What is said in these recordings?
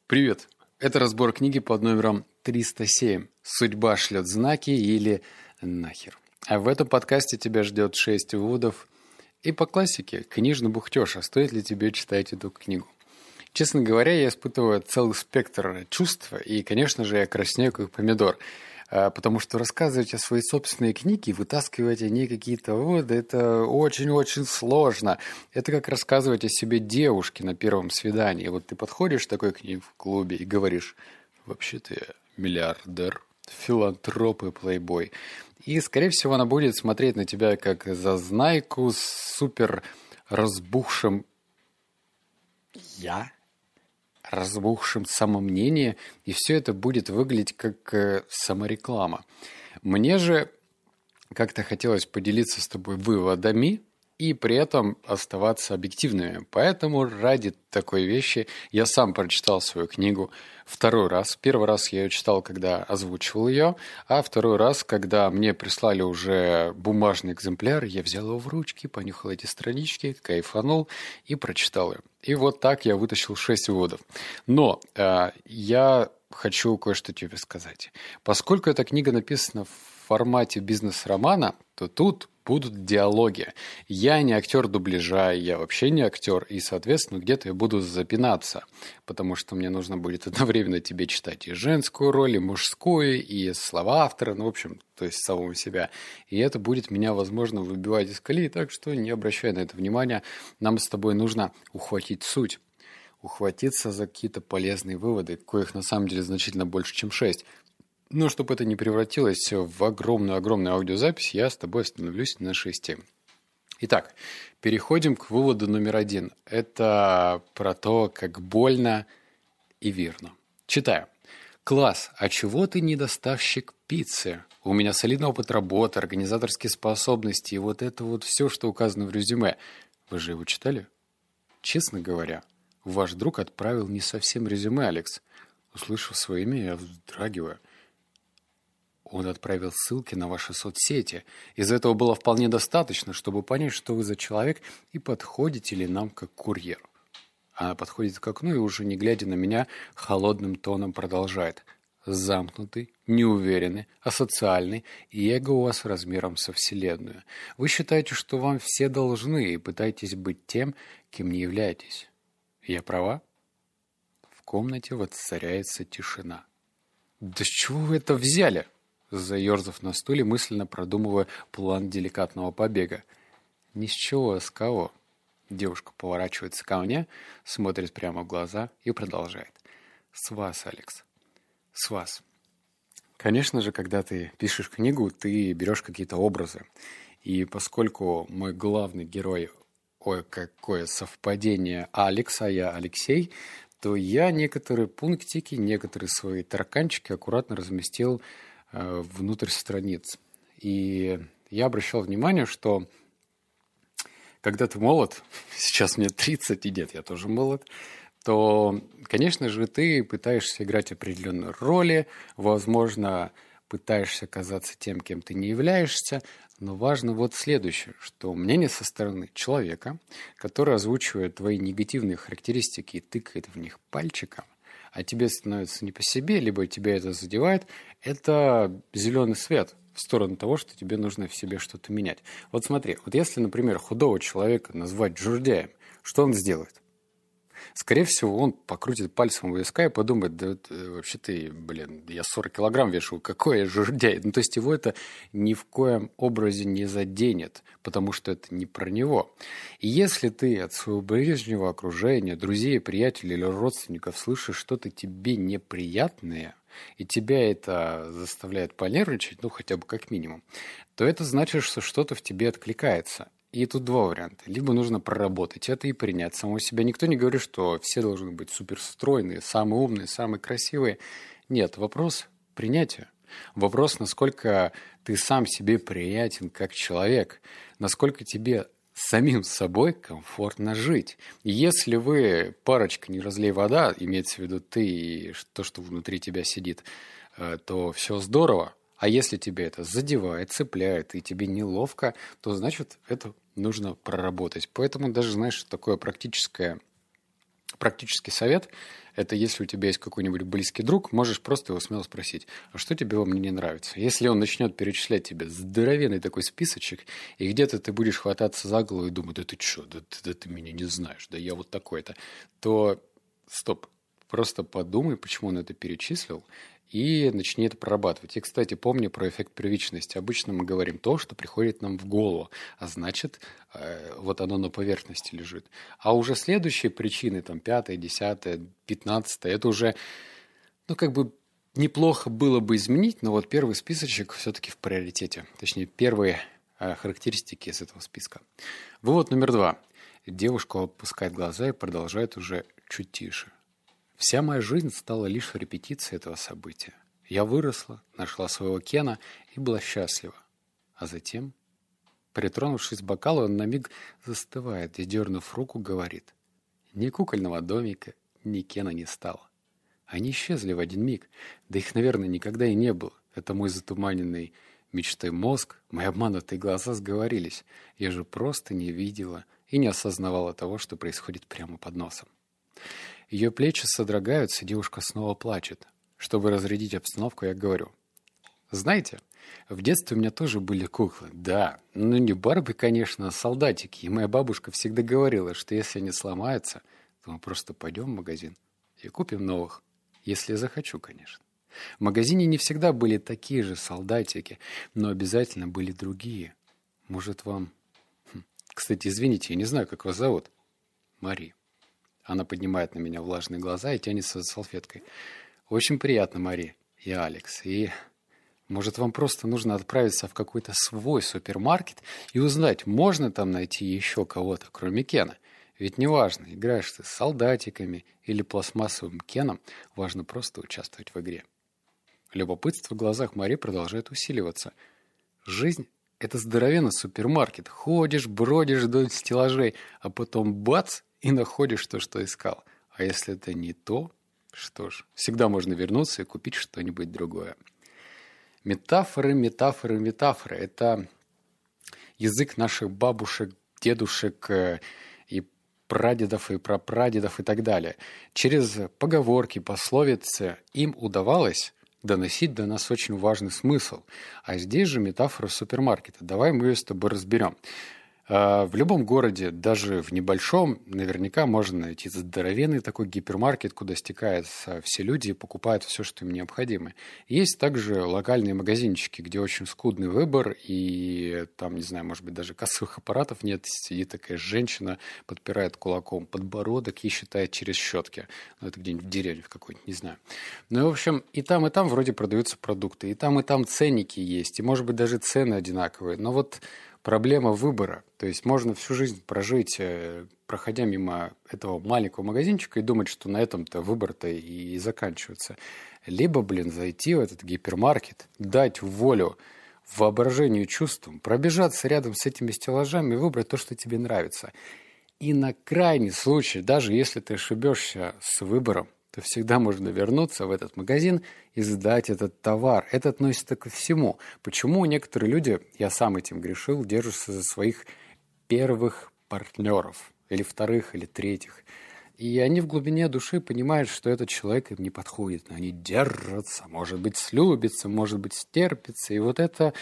Привет! Это разбор книги под номером 307 «Судьба шлет знаки» или «Нахер». А в этом подкасте тебя ждет 6 выводов и по классике книжный бухтеж, а стоит ли тебе читать эту книгу. Честно говоря, я испытываю целый спектр чувств, и, конечно же, я краснею, как помидор, потому что рассказывать о своей собственной книге и вытаскивать о ней какие-то выводы – это очень-очень сложно. Это как рассказывать о себе девушке на первом свидании. Вот ты подходишь такой к ней в клубе и говоришь: «Вообще-то я миллиардер, филантроп и плейбой». И, скорее всего, она будет смотреть на тебя как зазнайку с супер разбухшим разбухшим самомнение, и все это будет выглядеть как самореклама. Мне же как-то хотелось поделиться с тобой выводами и при этом оставаться объективными. Поэтому ради такой вещи я сам прочитал свою книгу второй раз. Первый раз я ее читал, когда озвучивал ее, а второй раз, когда мне прислали уже бумажный экземпляр, я взял его в ручки, понюхал эти странички, кайфанул и прочитал ее. И вот так я вытащил 6 выводов. Но я хочу кое-что тебе сказать. Поскольку эта книга написана в формате бизнес-романа, то тут будут диалоги. Я не актер дубляжа, я вообще не актер, и, соответственно, где-то я буду запинаться, потому что мне нужно будет одновременно тебе читать и женскую роль, и мужскую, и слова автора, в общем, то есть самого себя. И это будет меня, возможно, выбивать из колеи, так что не обращай на это внимания. Нам с тобой нужно ухватить суть, ухватиться за какие-то полезные выводы, коих на самом деле значительно больше, чем 6. Но чтобы это не превратилось в огромную-огромную аудиозапись, я с тобой остановлюсь на 6. Итак, переходим к выводу номер 1. Это про то, как больно и верно. Читаю. Класс, а чего ты не доставщик пиццы? У меня солидный опыт работы, организаторские способности и вот это вот все, что указано в резюме. Вы же его читали? Честно говоря, ваш друг отправил не совсем резюме, Алекс. Услышав свое имя, я вздрагиваю. Он отправил ссылки на ваши соцсети. Из этого было вполне достаточно, чтобы понять, что вы за человек и подходите ли нам как курьер. Она подходит к окну и уже не глядя на меня, холодным тоном продолжает. Замкнутый, неуверенный, асоциальный, и эго у вас размером со Вселенную. Вы считаете, что вам все должны, и пытаетесь быть тем, кем не являетесь. Я права? В комнате воцаряется тишина. Да с чего вы это взяли? Заерзав на стуле, мысленно продумывая план деликатного побега. Ни с чего, а с кого? Девушка поворачивается ко мне, смотрит прямо в глаза и продолжает. С вас, Алекс. С вас. Конечно же, когда ты пишешь книгу, ты берешь какие-то образы. И поскольку мой главный герой, ой, какое совпадение, Алекс, а я Алексей, то я некоторые пунктики, некоторые свои тараканчики аккуратно разместил внутрь страниц. И я обращал внимание, что когда ты молод, сейчас мне 30, и нет, я тоже молод, то, конечно же, ты пытаешься играть определенные роли, возможно, пытаешься казаться тем, кем ты не являешься, но важно вот следующее, что мнение со стороны человека, который озвучивает твои негативные характеристики и тыкает в них пальчиком, а тебе становится не по себе, либо тебя это задевает, это зеленый свет в сторону того, что тебе нужно в себе что-то менять. Вот смотри, вот если, например, худого человека назвать жирдяем, что он сделает? Скорее всего, он покрутит пальцем у виска и подумает, да вообще-то, я 40 килограмм вешу, какой я жирдяй. То есть его это ни в коем образе не заденет, потому что это не про него. И если ты от своего ближнего окружения, друзей, приятелей или родственников слышишь что-то тебе неприятное, и тебя это заставляет понервничать, хотя бы как минимум, то это значит, что что-то в тебе откликается. И тут два варианта. Либо нужно проработать это и принять самого себя. Никто не говорит, что все должны быть суперстройные, самые умные, самые красивые. Нет, вопрос принятия. Вопрос, насколько ты сам себе приятен как человек, насколько тебе самим собой комфортно жить. И если вы парочка не разлей вода, имеется в виду ты и то, что внутри тебя сидит, то все здорово. А если тебя это задевает, цепляет, и тебе неловко, то значит это нужно проработать. Поэтому даже, знаешь, такое практическое Практический совет – это если у тебя есть какой-нибудь близкий друг, можешь просто его смело спросить, а что тебе во мне не нравится? Если он начнет перечислять тебе здоровенный такой списочек, и где-то ты будешь хвататься за голову и думать, да ты что, да ты меня не знаешь, да я вот такой-то, то стоп, просто подумай, почему он это перечислил, и начни это прорабатывать. И, кстати, помни про эффект первичности. Обычно мы говорим то, что приходит нам в голову, а значит, вот оно на поверхности лежит. А уже следующие причины, там, 5, 10, 15, это уже, ну, как бы неплохо было бы изменить, но вот первый списочек все-таки в приоритете. Точнее, первые характеристики из этого списка. Вывод номер 2. Девушка опускает глаза и продолжает уже чуть тише. Вся моя жизнь стала лишь репетицией этого события. Я выросла, нашла своего Кена и была счастлива. А затем, притронувшись к бокалу, он на миг застывает и, дернув руку, говорит: ни кукольного домика, ни Кена не стало. Они исчезли в один миг, да их, наверное, никогда и не было. Это мой затуманенный мечтой мозг, мои обманутые глаза сговорились. Я же просто не видела и не осознавала того, что происходит прямо под носом. Ее плечи содрогаются, девушка снова плачет. Чтобы разрядить обстановку, я говорю: знаете, в детстве у меня тоже были куклы. Да, ну не Барби, конечно, а солдатики. И моя бабушка всегда говорила, что если они сломаются, то мы просто пойдем в магазин и купим новых. Если я захочу, конечно. В магазине не всегда были такие же солдатики, но обязательно были другие. Может, вам... Кстати, извините, я не знаю, как вас зовут. Мари. Она поднимает на меня влажные глаза и тянется за салфеткой. Очень приятно, Мари. Я Алекс. И, может, вам просто нужно отправиться в какой-то свой супермаркет и узнать, можно там найти еще кого-то, кроме Кена. Ведь неважно, играешь ты с солдатиками или пластмассовым Кеном, важно просто участвовать в игре. Любопытство в глазах Мари продолжает усиливаться. Жизнь — это здоровенный супермаркет. Ходишь, бродишь вдоль стеллажей, а потом бац — и находишь то, что искал. А если это не то, что ж, всегда можно вернуться и купить что-нибудь другое. Метафоры, метафоры, метафоры. Это язык наших бабушек, дедушек и прадедов, и прапрадедов и так далее. Через поговорки, пословицы им удавалось доносить до нас очень важный смысл. А здесь же метафора супермаркета. Давай мы ее с тобой разберем. В любом городе, даже в небольшом, наверняка можно найти здоровенный такой гипермаркет, куда стекаются все люди и покупают все, что им необходимо. Есть также локальные магазинчики, где очень скудный выбор, и там, не знаю, может быть, даже кассовых аппаратов нет, сидит такая женщина, подпирает кулаком подбородок и считает через щетки. Ну, это где-нибудь в деревне в какой-нибудь, не знаю. Ну, в общем, и там вроде продаются продукты, и там ценники есть, и, может быть, даже цены одинаковые. Но вот проблема выбора. То есть можно всю жизнь прожить, проходя мимо этого маленького магазинчика и думать, что на этом-то выбор-то и заканчивается. Либо, зайти в этот гипермаркет, дать волю воображению и чувствам, пробежаться рядом с этими стеллажами и выбрать то, что тебе нравится. И на крайний случай, даже если ты ошибешься с выбором, то всегда можно вернуться в этот магазин и сдать этот товар. Это относится ко всему. Почему некоторые люди, я сам этим грешил, держатся за своих первых партнеров, или вторых, или третьих. И они в глубине души понимают, что этот человек им не подходит. Но они держатся, может быть, слюбятся, может быть, стерпятся. И вот эта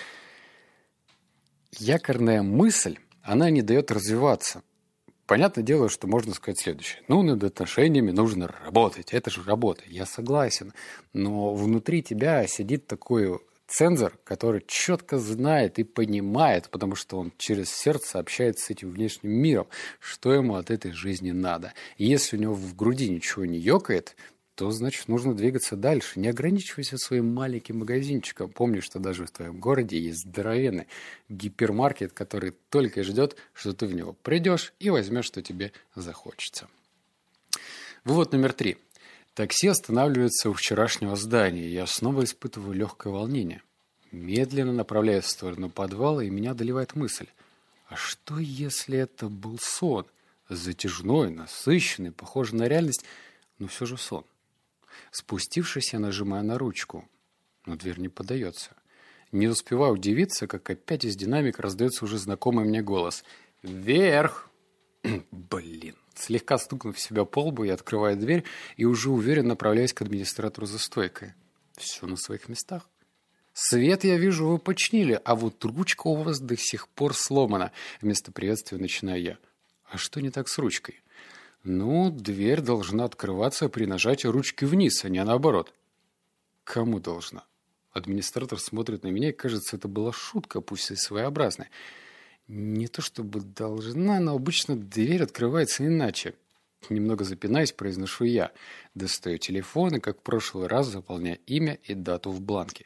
якорная мысль, она не дает развиваться. Понятное дело, что можно сказать следующее. Над отношениями нужно работать. Это же работа. Я согласен. Но внутри тебя сидит такой цензор, который четко знает и понимает, потому что он через сердце общается с этим внешним миром, что ему от этой жизни надо. И если у него в груди ничего не ёкает, то, значит, нужно двигаться дальше. Не ограничивайся своим маленьким магазинчиком. Помни, что даже в твоем городе есть здоровенный гипермаркет, который только и ждет, что ты в него придешь и возьмешь, что тебе захочется. Вывод номер 3. Такси останавливается у вчерашнего здания, и я снова испытываю легкое волнение. Медленно направляюсь в сторону подвала, и меня одолевает мысль. А что, если это был сон? Затяжной, насыщенный, похожий на реальность, но все же сон. Спустившись, я нажимаю на ручку, но дверь не поддается. Не успеваю удивиться, как опять из динамика раздается уже знакомый мне голос. «Вверх!» Слегка стукнув себя по лбу, я открываю дверь и уже уверенно направляюсь к администратору за стойкой. Все на своих местах. Свет, я вижу, вы починили, а вот ручка у вас до сих пор сломана. Вместо приветствия начинаю я. А что не так с ручкой? Ну, дверь должна открываться при нажатии ручки вниз, а не наоборот. Кому должна? Администратор смотрит на меня, и кажется, это была шутка, пусть и своеобразная. Не то чтобы должна, но обычно дверь открывается иначе. Немного запинаясь, произношу я. Достаю телефон и, как в прошлый раз, заполняю имя и дату в бланке.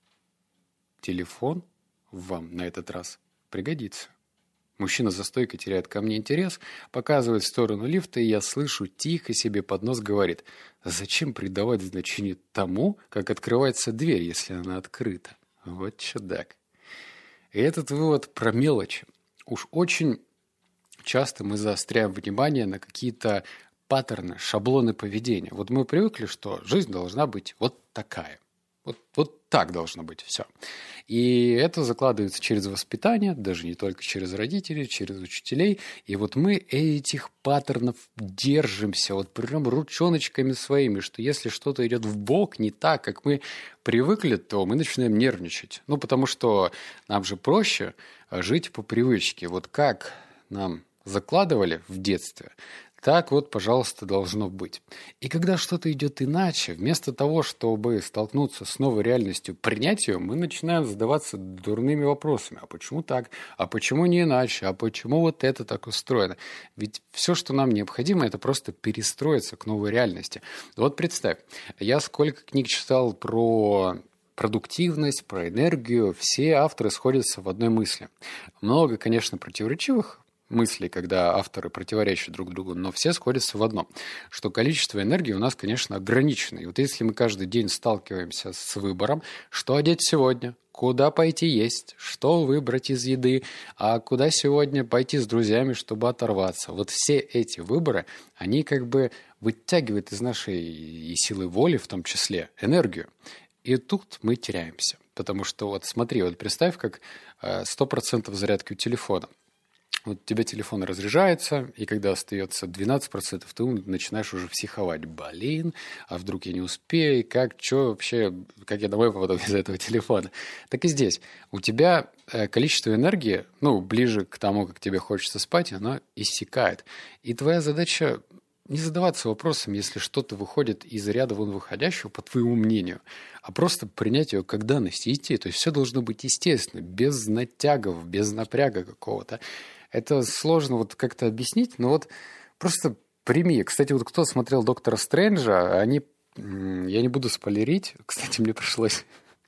Телефон вам на этот раз пригодится. Мужчина за стойкой теряет ко мне интерес, показывает в сторону лифта, и я слышу, тихо себе под нос говорит: «Зачем придавать значение тому, как открывается дверь, если она открыта?» Вот чудак. И этот вывод про мелочи. Уж очень часто мы заостряем внимание на какие-то паттерны, шаблоны поведения. Вот мы привыкли, что жизнь должна быть вот такая. Вот так должно быть все. И это закладывается через воспитание, даже не только через родителей, через учителей. И вот мы этих паттернов держимся, вот прям ручоночками своими, что если что-то идет вбок, не так, как мы привыкли, то мы начинаем нервничать. Ну, потому что нам же проще жить по привычке. Вот как нам закладывали в детстве, так вот, пожалуйста, должно быть. И когда что-то идет иначе, вместо того, чтобы столкнуться с новой реальностью, принять ее, мы начинаем задаваться дурными вопросами. А почему так? А почему не иначе? А почему вот это так устроено? Ведь все, что нам необходимо, это просто перестроиться к новой реальности. Вот представь, я сколько книг читал про продуктивность, про энергию, все авторы сходятся в одной мысли. Много, конечно, противоречивых мыслей, когда авторы противоречат друг другу, но все сходятся в одном, что количество энергии у нас, конечно, ограничено. И вот если мы каждый день сталкиваемся с выбором, что одеть сегодня, куда пойти есть, что выбрать из еды, а куда сегодня пойти с друзьями, чтобы оторваться. Вот все эти выборы, они как бы вытягивают из нашей и силы воли, в том числе, энергию. И тут мы теряемся. Потому что вот смотри, вот представь, как 100% зарядки у телефона. Вот у тебя телефон разряжается, и когда остается 12%, ты начинаешь уже психовать. Блин, а вдруг я не успею, что вообще, как я домой попаду из этого телефона? Так и здесь. У тебя количество энергии, ближе к тому, как тебе хочется спать, оно иссякает. И твоя задача не задаваться вопросом, если что-то выходит из ряда вон выходящего, по твоему мнению, а просто принять ее как данность и идти. То есть все должно быть естественно, без натягов, без напряга какого-то. Это сложно вот как-то объяснить, но вот просто прими. Кстати, вот кто смотрел «Доктора Стрэнджа», я не буду спойлерить. Кстати, мне пришлось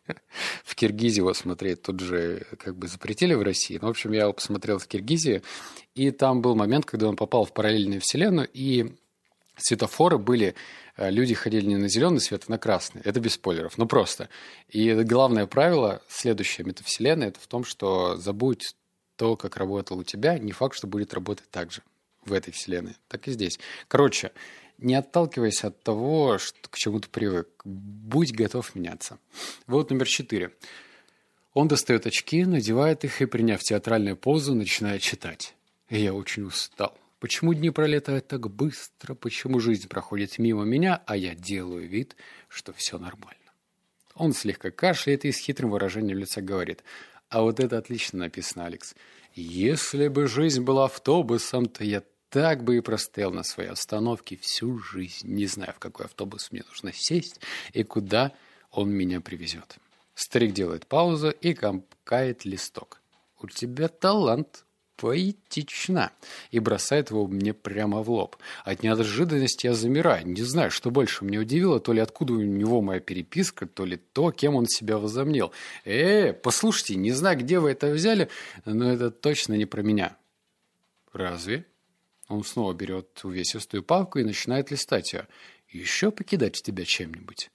в Киргизии его смотреть. Тут же как бы запретили в России. Но, в общем, я его посмотрел в Киргизии. И там был момент, когда он попал в параллельную вселенную, и светофоры были, люди ходили не на зеленый свет, а на красный. Это без спойлеров, просто. И главное правило, следующее метавселенной, это в том, что забудь то, как работал у тебя, не факт, что будет работать так же в этой вселенной, так и здесь. Короче, не отталкивайся от того, к чему ты привык. Будь готов меняться. Вот номер 4. Он достает очки, надевает их и, приняв театральную позу, начинает читать. И я очень устал. Почему дни пролетают так быстро? Почему жизнь проходит мимо меня, а я делаю вид, что все нормально? Он слегка кашляет и с хитрым выражением лица говорит: «А вот это отлично написано, Алекс. Если бы жизнь была автобусом, то я так бы и простоял на своей остановке всю жизнь, не зная, в какой автобус мне нужно сесть и куда он меня привезет». Старик делает паузу и комкает листок. «У тебя талант. Поэтично», и бросает его мне прямо в лоб. От неожиданности я замираю, не знаю, что больше меня удивило, то ли откуда у него моя переписка, то ли то, кем он себя возомнил. Послушайте, не знаю, где вы это взяли, но это точно не про меня. Разве? Он снова берет увесистую папку и начинает листать ее. Еще покидать тебя чем-нибудь?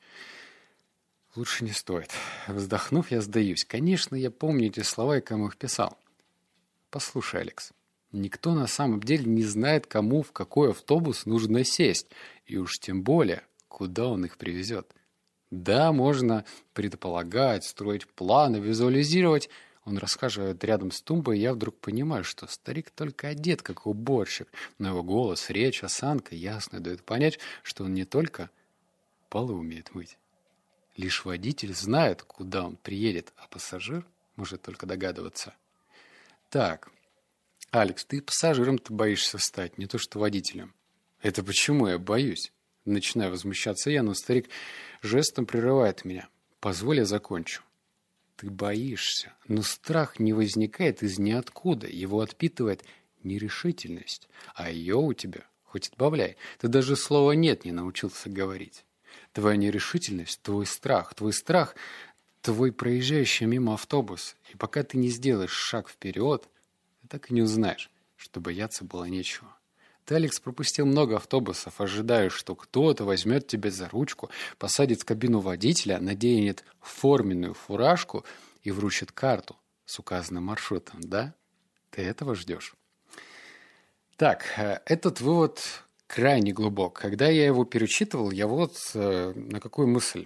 Лучше не стоит. Вздохнув, я сдаюсь. Конечно, я помню эти слова и кому их писал. Послушай, Алекс, никто на самом деле не знает, кому в какой автобус нужно сесть, и уж тем более, куда он их привезет. Да, можно предполагать, строить планы, визуализировать, Он расхаживает рядом с тумбой, и я вдруг понимаю, что старик только одет, как уборщик, но его голос, речь, осанка ясно дают понять, что он не только полы умеет мыть. Лишь водитель знает, куда он приедет, а пассажир может только догадываться. Так, Алекс, ты пассажиром-то боишься стать, не то что водителем. Это почему я боюсь? Начинаю возмущаться я, но старик жестом прерывает меня. Позволь, я закончу. Ты боишься, но страх не возникает из ниоткуда. Его отпитывает нерешительность. А ее у тебя, хоть отбавляй, ты даже слова «нет» не научился говорить. Твоя нерешительность, твой страх, твой проезжающий мимо автобус. И пока ты не сделаешь шаг вперед, ты так и не узнаешь, что бояться было нечего. Ты, Алекс, пропустил много автобусов, ожидая, что кто-то возьмет тебя за ручку, посадит в кабину водителя, наденет форменную фуражку и вручит карту с указанным маршрутом, да? Ты этого ждешь? Так, этот вывод крайне глубок. Когда я его перечитывал, я на какую мысль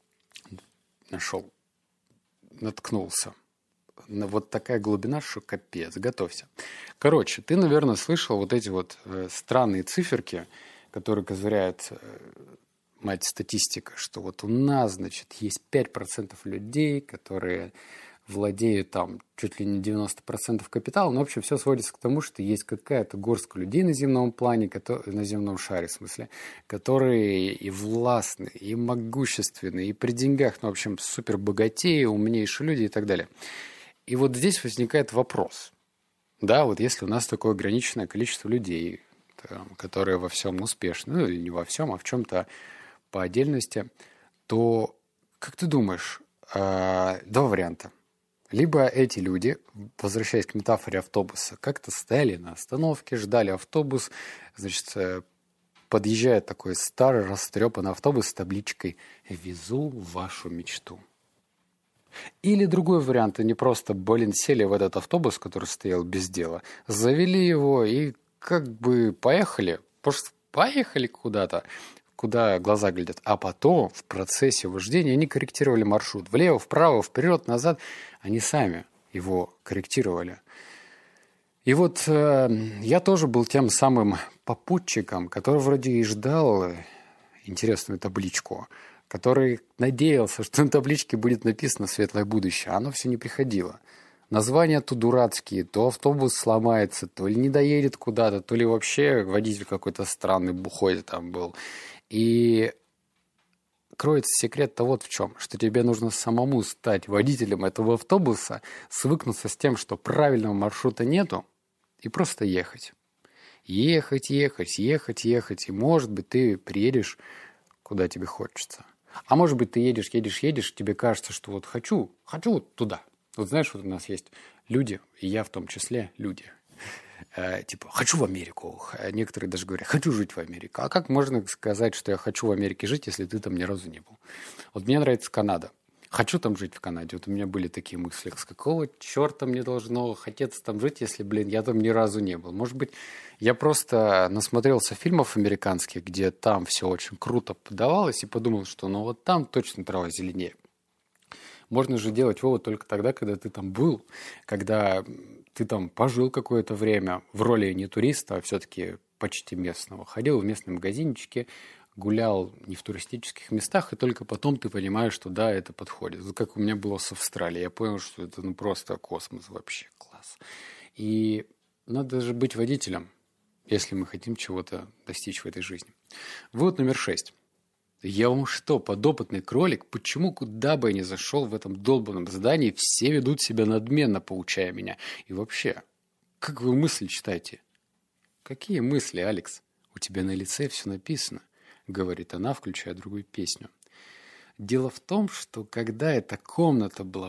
наткнулся. Вот такая глубина, что капец, готовься. Короче, ты, наверное, слышал вот эти странные циферки, которые козыряет мать статистика, что вот у нас, значит, есть 5% людей, которые владеют там чуть ли не 90% капитала, но, в общем, все сводится к тому, что есть какая-то горстка людей на земном плане, на земном шаре, в смысле, которые и властны, и могущественны, и при деньгах, ну, в общем, супербогатеи, умнейшие люди и так далее. И вот здесь возникает вопрос. Да, вот если у нас такое ограниченное количество людей, которые во всем успешны, ну или не во всем, а в чем-то по отдельности, то, как ты думаешь, два варианта. Либо эти люди, возвращаясь к метафоре автобуса, как-то стояли на остановке, ждали автобус, значит, подъезжает такой старый растрепанный автобус с табличкой «Везу вашу мечту». Или другой вариант, они просто, сели в этот автобус, который стоял без дела, завели его и как бы поехали, просто поехали куда-то, куда глаза глядят. А потом в процессе вождения они корректировали маршрут. Влево, вправо, вперед, назад. Они сами его корректировали. И вот я тоже был тем самым попутчиком, который вроде и ждал интересную табличку, который надеялся, что на табличке будет написано «Светлое будущее», а оно все не приходило. Названия то дурацкие, то автобус сломается, то ли не доедет куда-то, то ли вообще водитель какой-то странный, бухой там был. И кроется секрет-то вот в чем, что тебе нужно самому стать водителем этого автобуса, свыкнуться с тем, что правильного маршрута нету, и просто ехать. Ехать, и, может быть, ты приедешь, куда тебе хочется. А может быть, ты едешь, тебе кажется, что вот хочу туда. Вот знаешь, вот у нас есть люди, и я в том числе люди, типа, хочу в Америку. Некоторые даже говорят, хочу жить в Америке. А как можно сказать, что я хочу в Америке жить, если ты там ни разу не был? Вот мне нравится Канада. Хочу там жить в Канаде. Вот у меня были такие мысли. С какого черта мне должно хотеться там жить, если, я там ни разу не был? Может быть, я просто насмотрелся фильмов американских, где там все очень круто подавалось, и подумал, что ну вот там точно трава зеленее. Можно же делать вывод только тогда, когда ты там был, когда ты там пожил какое-то время в роли не туриста, а все-таки почти местного. Ходил в местные магазинчики, гулял не в туристических местах, и только потом ты понимаешь, что да, это подходит. Вот как у меня было с Австралией. Я понял, что это просто космос вообще, класс. И надо же быть водителем, если мы хотим чего-то достичь в этой жизни. Вывод номер 6. Я вам что, подопытный кролик? Почему, куда бы я ни зашел в этом долбанном здании, все ведут себя надменно, поучая меня? И вообще, как вы мысли читаете? Какие мысли, Алекс? У тебя на лице все написано, говорит она, включая другую песню. Дело в том, что когда эта комната была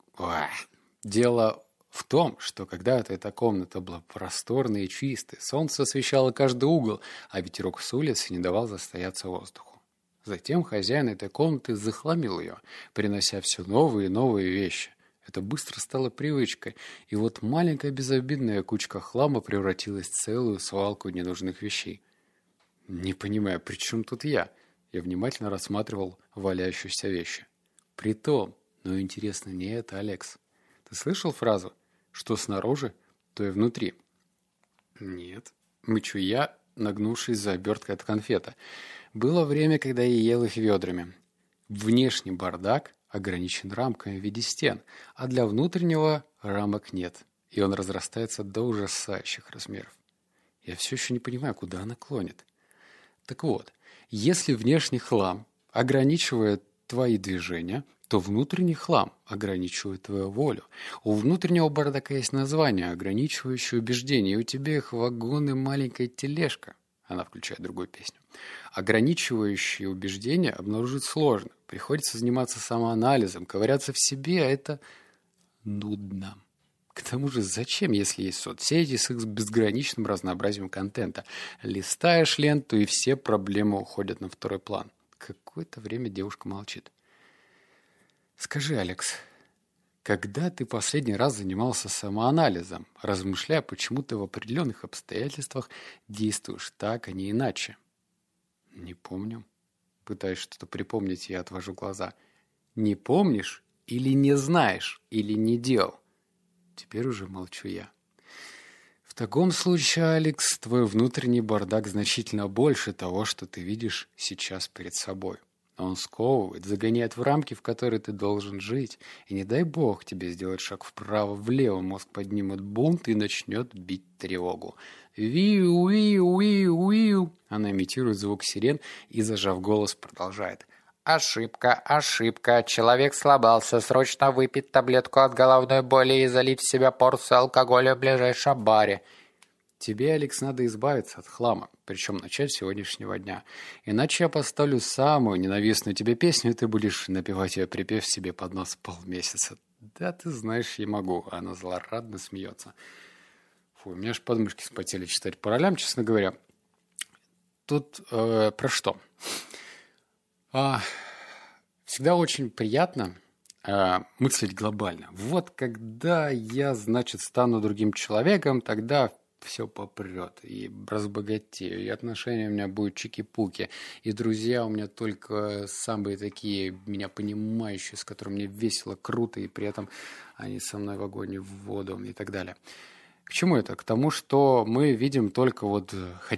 просторной и чистой, солнце освещало каждый угол, а ветерок с улицы не давал застояться воздуху. Затем хозяин этой комнаты захламил ее, принося все новые и новые вещи. Это быстро стало привычкой, и вот маленькая безобидная кучка хлама превратилась в целую свалку ненужных вещей. Не понимаю, при чем тут я? Я внимательно рассматривал валяющиеся вещи. Притом, интересно не это, Алекс. Ты слышал фразу «что снаружи, то и внутри»? Нет. Мычу я, нагнувшись за оберткой от конфета. Было время, когда я ел их ведрами. Внешний бардак ограничен рамками в виде стен, а для внутреннего рамок нет, и он разрастается до ужасающих размеров. Я все еще не понимаю, куда она клонит. Так вот, если внешний хлам ограничивает твои движения, то внутренний хлам ограничивает твою волю. У внутреннего бардака есть название, ограничивающее убеждения, и у тебя их вагон и маленькая тележка. Она включает другую песню. Ограничивающие убеждения обнаружить сложно. Приходится заниматься самоанализом, ковыряться в себе, а это нудно. К тому же зачем, если есть соцсети с их безграничным разнообразием контента? Листаешь ленту, и все проблемы уходят на второй план. Какое-то время девушка молчит. Скажи, Алекс, когда ты последний раз занимался самоанализом, размышляя, почему ты в определенных обстоятельствах действуешь так, а не иначе? Не помню. Пытаюсь что-то припомнить, я отвожу глаза. Не помнишь? Или не знаешь? Или не делал? Теперь уже молчу я. В таком случае, Алекс, твой внутренний бардак значительно больше того, что ты видишь сейчас перед собой. Он сковывает, загоняет в рамки, в которые ты должен жить. И не дай бог тебе сделать шаг вправо-влево, мозг поднимет бунт и начнет бить тревогу. Виу-виу-виу-виу. Она имитирует звук сирен и, зажав голос, продолжает. Ошибка, ошибка. Человек слабался. Срочно выпить таблетку от головной боли и залить в себя порцию алкоголя в ближайшем баре. Тебе, Алекс, надо избавиться от хлама, причем начать с сегодняшнего дня. Иначе я поставлю самую ненавистную тебе песню, и ты будешь напевать ее припев себе под нос полмесяца. Да, ты знаешь, я могу. Она злорадно смеется. Фу, у меня аж подмышки вспотели читать по ролям, честно говоря. Тут про что? Всегда очень приятно мыслить глобально. Вот когда я, значит, стану другим человеком, тогда все попрет, и разбогатею, и отношения у меня будут чики-пуки, и друзья у меня только самые такие меня понимающие, с которыми мне весело, круто, и при этом они со мной в огонь и в воду, и так далее. К чему это? К тому, что мы видим только вот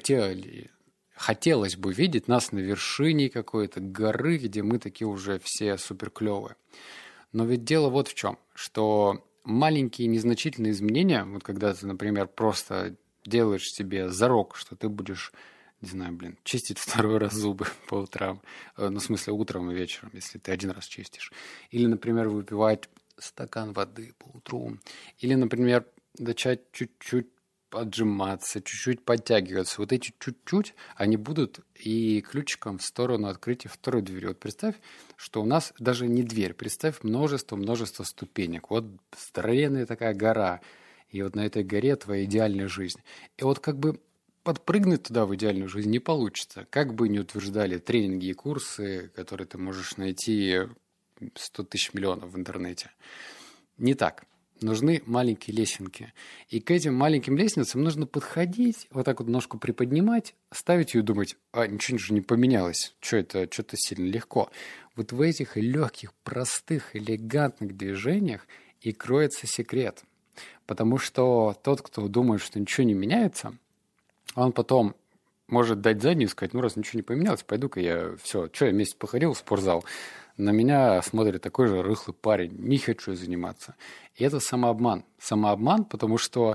хотелось бы видеть нас на вершине какой-то горы, где мы такие уже все суперклевые. Но ведь дело вот в чем, что маленькие незначительные изменения, вот когда ты, например, просто делаешь себе зарок, что ты будешь, не знаю, чистить второй раз зубы по утрам, ну, в смысле, утром и вечером, если ты один раз чистишь. Или, например, выпивать стакан воды по утру. Или, например, начать чуть-чуть отжиматься, чуть-чуть подтягиваться. Вот эти чуть-чуть, они будут и ключиком в сторону открытия второй двери. Вот представь, что у нас даже не дверь, представь множество ступенек. Вот здоровенная такая гора, и вот на этой горе твоя идеальная жизнь. И вот как бы подпрыгнуть туда в идеальную жизнь не получится. Как бы ни утверждали тренинги и курсы, которые ты можешь найти 100 тысяч миллионов в интернете. Не так. Нужны маленькие лесенки. И к этим маленьким лестницам нужно подходить, вот так вот ножку приподнимать, ставить ее и думать, ничего же не поменялось, что-то сильно легко. Вот в этих легких, простых, элегантных движениях и кроется секрет. Потому что тот, кто думает, что ничего не меняется, он потом может дать заднюю и сказать, раз ничего не поменялось, пойду-ка я месяц походил в спортзал, на меня смотрит такой же рыхлый парень, не хочу заниматься. И это самообман. Самообман, потому что,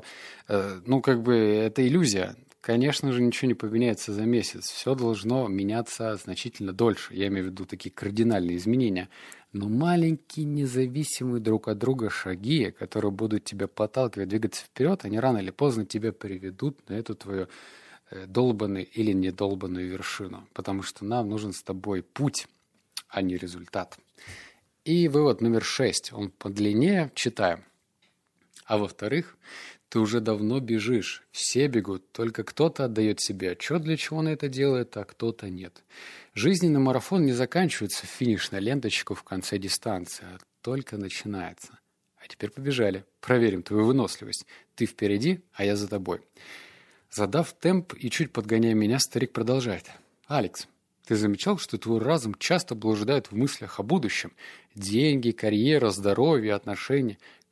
это иллюзия. Конечно же, ничего не поменяется за месяц. Все должно меняться значительно дольше. Я имею в виду такие кардинальные изменения. Но маленькие, независимые друг от друга шаги, которые будут тебя подталкивать, двигаться вперед, они рано или поздно тебя приведут на эту твою долбанную или недолбанную вершину. Потому что нам нужен с тобой путь, а не результат. И вывод номер 6. Он подлиннее, читаем. А во-вторых, ты уже давно бежишь. Все бегут, только кто-то отдает себе отчет, для чего он это делает, а кто-то нет. Жизненный марафон не заканчивается финишной ленточкой в конце дистанции, а только начинается. А теперь побежали. Проверим твою выносливость. Ты впереди, а я за тобой. Задав темп и чуть подгоняя меня, старик продолжает. Алекс, ты замечал, что твой разум часто блуждает в мыслях о будущем? Деньги, карьера, здоровье, отношения.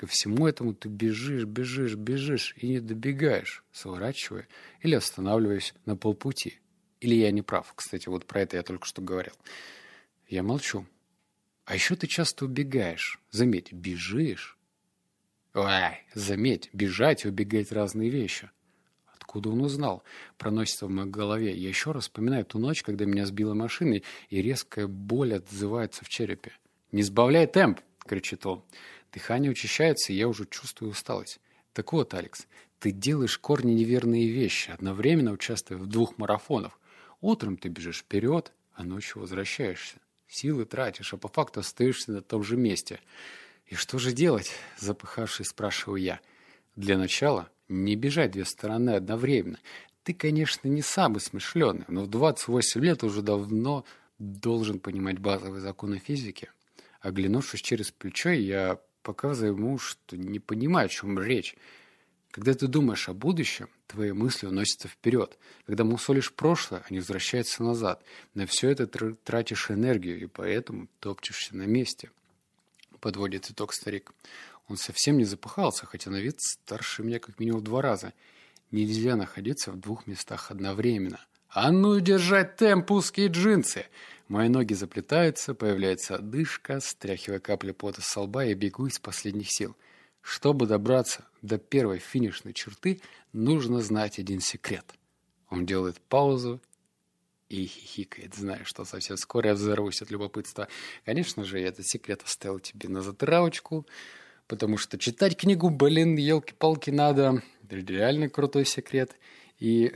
ко всему этому ты бежишь, бежишь и не добегаешь, сворачивая или останавливаясь на полпути. Или я не прав? Кстати, вот про это я только что говорил. Я молчу. А еще ты часто убегаешь. Заметь, бежишь. Ой, заметь, бежать и убегать разные вещи. Откуда он узнал? Проносится в моей голове. Я еще раз вспоминаю ту ночь, когда меня сбила машина, и резкая боль отзывается в черепе. «Не сбавляй темп!» — кричит он. Дыхание учащается, и я уже чувствую усталость. Так вот, Алекс, ты делаешь корни неверные вещи, одновременно участвуя в 2 марафонах. Утром ты бежишь вперед, а ночью возвращаешься. Силы тратишь, а по факту остаешься на том же месте. «И что же делать?» — запыхавшись, спрашиваю я. «Для начала не бежать 2 стороны одновременно. Ты, конечно, не самый смышленый, но в 28 лет уже давно должен понимать базовые законы физики». Оглянувшись через плечо, я показываю ему, что не понимаю, о чем речь. Когда ты думаешь о будущем, твои мысли уносятся вперед. Когда мусолишь прошлое, они возвращаются назад. На все это тратишь энергию, и поэтому топчешься на месте. Подводит итог старик. Он совсем не запыхался, хотя на вид старше меня как минимум в 2 раза. Нельзя находиться в 2 местах одновременно. «А ну, держать темп, узкие джинсы!» Мои ноги заплетаются, появляется одышка, стряхивая капли пота со лба, и бегу из последних сил. Чтобы добраться до первой финишной черты, нужно знать один секрет. Он делает паузу и хихикает, зная, что совсем скоро я взорвусь от любопытства. Конечно же, я этот секрет оставил тебе на затравочку, потому что читать книгу, елки-палки, надо. Это реально крутой секрет. И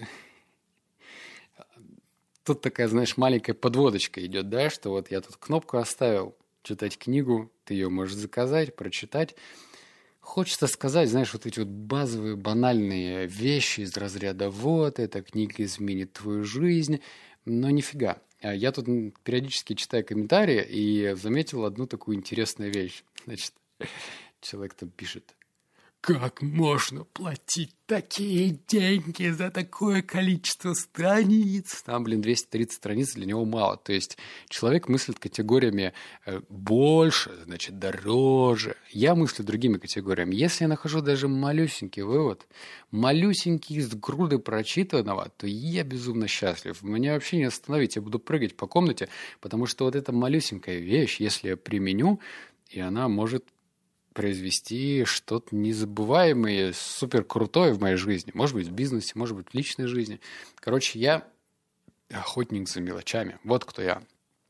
тут такая, знаешь, маленькая подводочка идет, да, что вот я тут кнопку оставил, читать книгу, ты ее можешь заказать, прочитать. Хочется сказать, знаешь, вот эти вот базовые, банальные вещи из разряда «вот, эта книга изменит твою жизнь», но нифига. Я тут периодически читаю комментарии и заметил одну такую интересную вещь. Значит, человек там пишет: «Как можно платить такие деньги за такое количество страниц?» Там, 230 страниц для него мало. То есть человек мыслит категориями больше, значит, дороже. Я мыслю другими категориями. Если я нахожу даже малюсенький вывод, малюсенький из груды прочитанного, то я безумно счастлив. Меня вообще не остановить. Я буду прыгать по комнате, потому что вот эта малюсенькая вещь, если я применю, и она может произвести что-то незабываемое, супер крутое в моей жизни. Может быть, в бизнесе, может быть, в личной жизни. Короче, я охотник за мелочами. Вот кто я.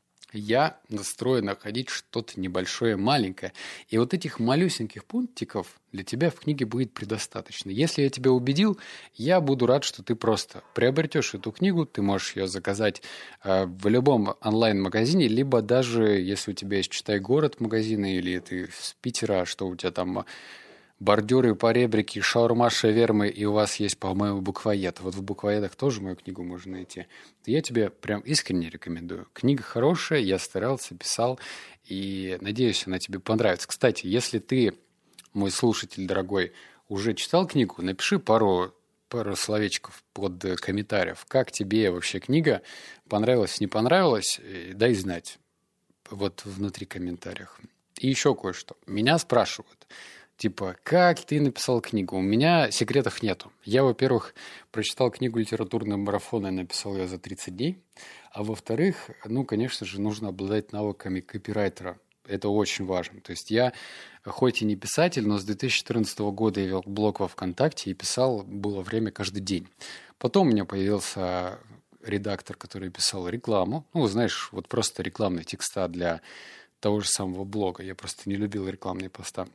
Я настроен находить что-то небольшое, маленькое. И вот этих малюсеньких пунктиков для тебя в книге будет предостаточно. Если я тебя убедил, я буду рад, что ты просто приобретешь эту книгу. Ты можешь ее заказать в любом онлайн-магазине, либо даже, если у тебя есть «Читай город» магазины, или ты с Питера, что у тебя там бордюры, поребрики, шаурма, шавермы, и у вас есть, по-моему, буквоед. Вот в буквоедах тоже мою книгу можно найти. Я тебе прям искренне рекомендую. Книга хорошая, я старался, писал, и надеюсь, она тебе понравится. Кстати, если ты, мой слушатель дорогой, уже читал книгу, напиши пару словечков под комментариев. Как тебе вообще книга? Понравилась, не понравилась? Дай знать. Вот внутри комментариев. И еще кое-что. Меня спрашивают, типа, как ты написал книгу? У меня секретов нету. Я, во-первых, прочитал книгу «Литературный марафон» и написал ее за 30 дней. А во-вторых, конечно же, нужно обладать навыками копирайтера. Это очень важно. То есть я, хоть и не писатель, но с 2014 года я вел блог во ВКонтакте и писал, было время, каждый день. Потом у меня появился редактор, который писал рекламу. Знаешь, вот просто рекламные текста для того же самого блога. Я просто не любил рекламные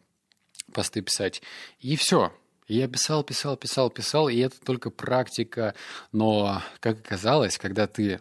посты писать. И все. Я писал, и это только практика. Но, как оказалось, когда ты,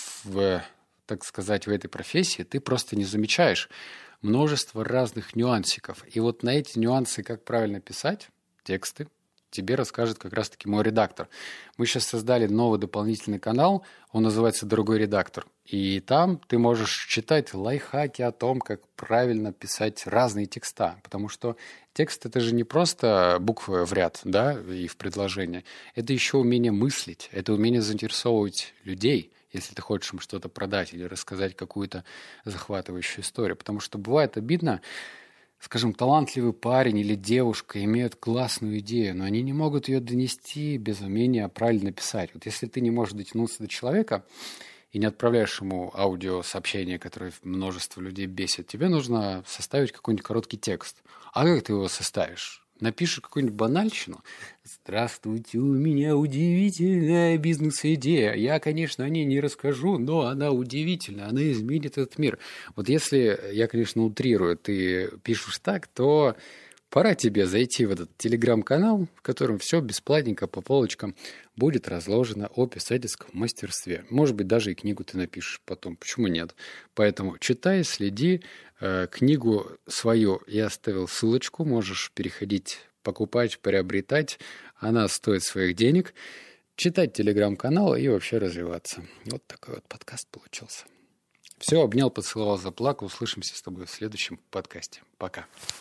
так сказать, в этой профессии, ты просто не замечаешь множество разных нюансиков. И вот на эти нюансы, как правильно писать тексты, тебе расскажет как раз-таки мой редактор. Мы сейчас создали новый дополнительный канал, он называется «Другой редактор». И там ты можешь читать лайфхаки о том, как правильно писать разные текста. Потому что текст — это же не просто буквы в ряд, да, и в предложение. Это еще умение мыслить, это умение заинтересовывать людей, если ты хочешь им что-то продать или рассказать какую-то захватывающую историю. Потому что бывает обидно, скажем, талантливый парень или девушка имеют классную идею, но они не могут ее донести без умения правильно писать. Вот если ты не можешь дотянуться до человека и не отправляешь ему аудиосообщение, которое множество людей бесит, тебе нужно составить какой-нибудь короткий текст. А как ты его составишь? Напишешь какую-нибудь банальщину. «Здравствуйте, у меня удивительная бизнес-идея. Я, конечно, о ней не расскажу, но она удивительная, она изменит этот мир». Вот если, я, конечно, утрирую, ты пишешь так, то пора тебе зайти в этот телеграм-канал, в котором все бесплатненько по полочкам будет разложено о писательском мастерстве. Может быть, даже и книгу ты напишешь потом. Почему нет? Поэтому читай, следи. Книгу свою я оставил ссылочку. Можешь переходить, покупать, приобретать. Она стоит своих денег. Читать телеграм-канал и вообще развиваться. Вот такой вот подкаст получился. Все, обнял, поцеловал, заплакал. Услышимся с тобой в следующем подкасте. Пока.